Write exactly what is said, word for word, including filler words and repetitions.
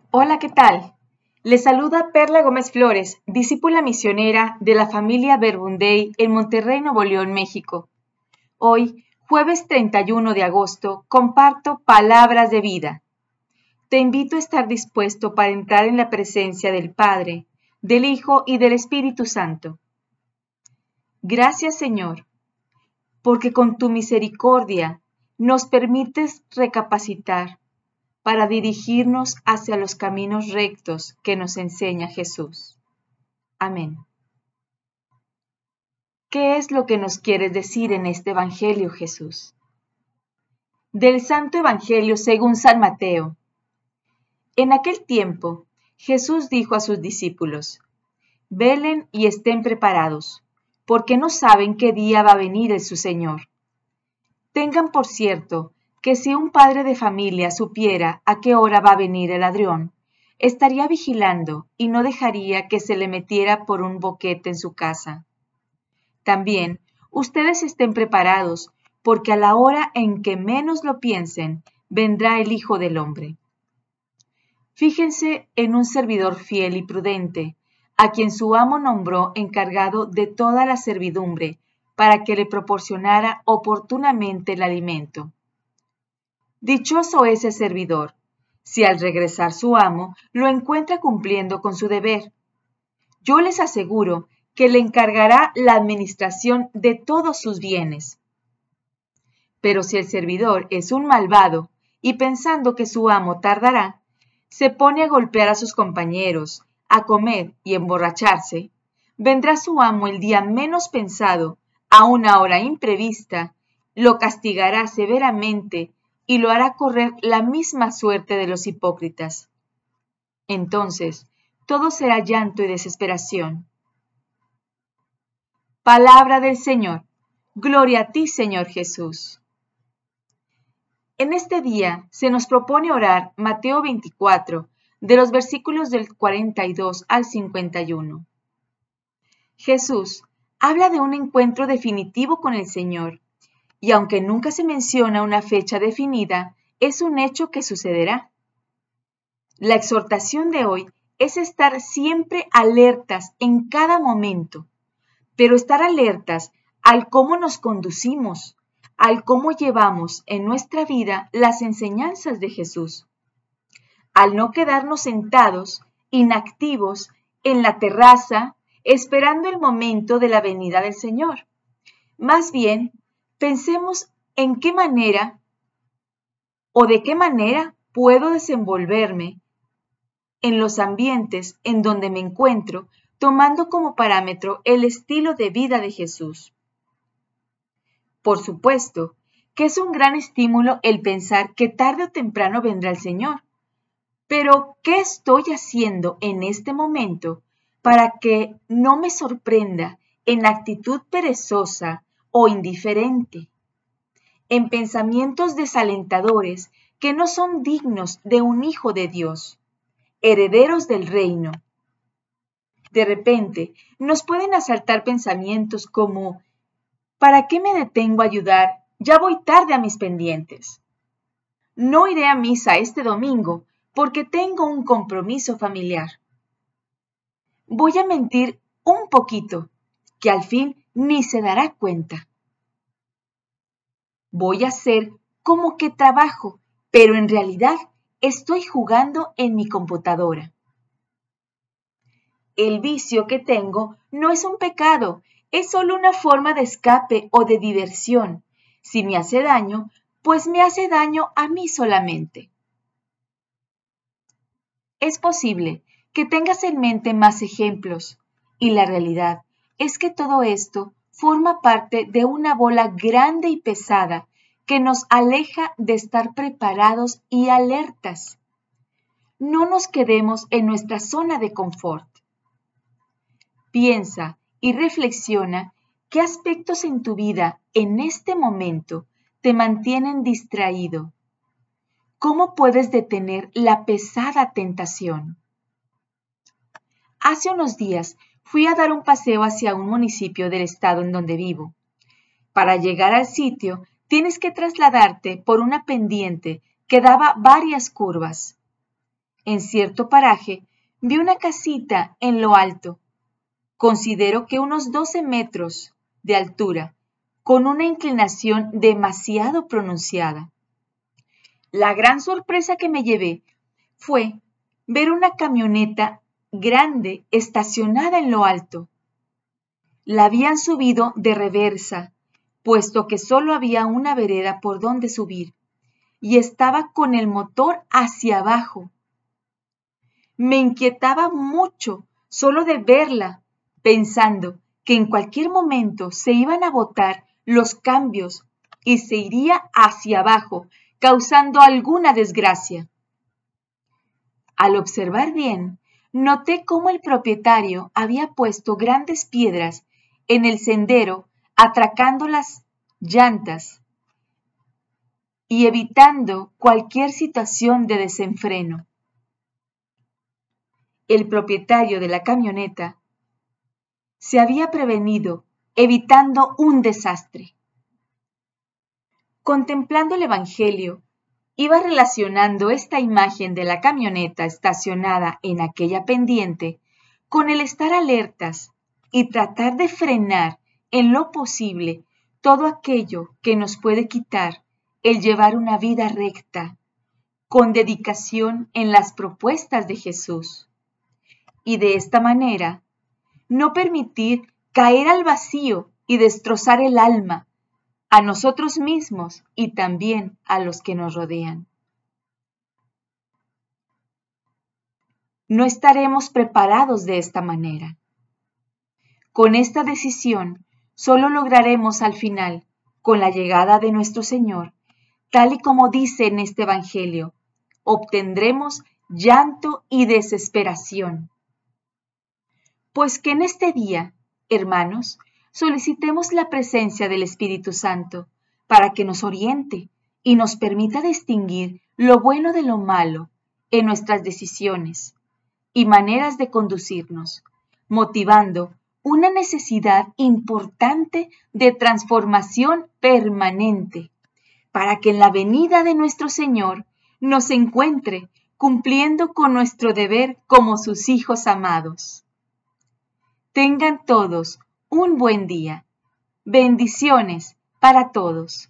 Hola, ¿qué tal? Les saluda Perla Gómez Flores, discípula misionera de la familia Verbundey en Monterrey, Nuevo León, México. Hoy, jueves treinta y uno de agosto, comparto palabras de vida. Te invito a estar dispuesto para entrar en la presencia del Padre, del Hijo y del Espíritu Santo. Gracias, Señor, porque con tu misericordia nos permites recapacitar para dirigirnos hacia los caminos rectos que nos enseña Jesús. Amén. ¿Qué es lo que nos quieres decir en este Evangelio, Jesús? Del Santo Evangelio según San Mateo. En aquel tiempo, Jesús dijo a sus discípulos: Velen y estén preparados, porque no saben qué día va a venir el su Señor. Tengan por cierto que si un padre de familia supiera a qué hora va a venir el ladrón, estaría vigilando y no dejaría que se le metiera por un boquete en su casa. También ustedes estén preparados, porque a la hora en que menos lo piensen, vendrá el Hijo del Hombre. Fíjense en un servidor fiel y prudente, a quien su amo nombró encargado de toda la servidumbre, para que le proporcionara oportunamente el alimento. Dichoso ese servidor, si al regresar su amo lo encuentra cumpliendo con su deber. Yo les aseguro que le encargará la administración de todos sus bienes. Pero si el servidor es un malvado y pensando que su amo tardará, se pone a golpear a sus compañeros, a comer y emborracharse, vendrá su amo el día menos pensado, a una hora imprevista, lo castigará severamente y lo hará correr la misma suerte de los hipócritas. Entonces, todo será llanto y desesperación. Palabra del Señor. Gloria a ti, Señor Jesús. En este día se nos propone orar Mateo veinticuatro, de los versículos del cuarenta y dos al cincuenta y uno. Jesús habla de un encuentro definitivo con el Señor, y aunque nunca se menciona una fecha definida, es un hecho que sucederá. La exhortación de hoy es estar siempre alertas en cada momento, pero estar alertas al cómo nos conducimos, al cómo llevamos en nuestra vida las enseñanzas de Jesús, al no quedarnos sentados, inactivos, en la terraza, esperando el momento de la venida del Señor. Más bien, pensemos en qué manera o de qué manera puedo desenvolverme en los ambientes en donde me encuentro, tomando como parámetro el estilo de vida de Jesús. Por supuesto que es un gran estímulo el pensar que tarde o temprano vendrá el Señor. Pero, ¿qué estoy haciendo en este momento para que no me sorprenda en actitud perezosa o indiferente, en pensamientos desalentadores que no son dignos de un hijo de Dios, herederos del reino? De repente, nos pueden asaltar pensamientos como: ¿para qué me detengo a ayudar? Ya voy tarde a mis pendientes. No iré a misa este domingo porque tengo un compromiso familiar. Voy a mentir un poquito, que al fin ni se dará cuenta. Voy a hacer como que trabajo, pero en realidad estoy jugando en mi computadora. El vicio que tengo no es un pecado, es solo una forma de escape o de diversión. Si me hace daño, pues me hace daño a mí solamente. Es posible que tengas en mente más ejemplos, y la realidad es que todo esto forma parte de una bola grande y pesada que nos aleja de estar preparados y alertas. No nos quedemos en nuestra zona de confort. Piensa y reflexiona qué aspectos en tu vida en este momento te mantienen distraído. ¿Cómo puedes detener la pesada tentación? Hace unos días fui a dar un paseo hacia un municipio del estado en donde vivo. Para llegar al sitio, tienes que trasladarte por una pendiente que daba varias curvas. en cierto paraje, vi una casita en lo alto, considero que unos doce metros de altura, con una inclinación demasiado pronunciada. La gran sorpresa que me llevé fue ver una camioneta grande estacionada en lo alto. La habían subido de reversa, puesto que solo había una vereda por donde subir, y estaba con el motor hacia abajo. Me inquietaba mucho solo de verla, pensando que en cualquier momento se iban a botar los cambios y se iría hacia abajo, causando alguna desgracia. Al observar bien, noté cómo el propietario había puesto grandes piedras en el sendero, atracando las llantas y evitando cualquier situación de desenfreno. El propietario de la camioneta se había prevenido, evitando un desastre. Contemplando el Evangelio, iba relacionando esta imagen de la camioneta estacionada en aquella pendiente con el estar alertas y tratar de frenar en lo posible todo aquello que nos puede quitar el llevar una vida recta, con dedicación en las propuestas de Jesús. Y de esta manera, no permitir caer al vacío y destrozar el alma, a nosotros mismos y también a los que nos rodean. No estaremos preparados de esta manera. Con esta decisión, solo lograremos al final, con la llegada de nuestro Señor, tal y como dice en este Evangelio, obtendremos llanto y desesperación. Pues que en este día, hermanos, solicitemos la presencia del Espíritu Santo para que nos oriente y nos permita distinguir lo bueno de lo malo en nuestras decisiones y maneras de conducirnos, motivando una necesidad importante de transformación permanente, para que en la venida de nuestro Señor nos encuentre cumpliendo con nuestro deber como sus hijos amados. Tengan todos un buen día. Bendiciones para todos.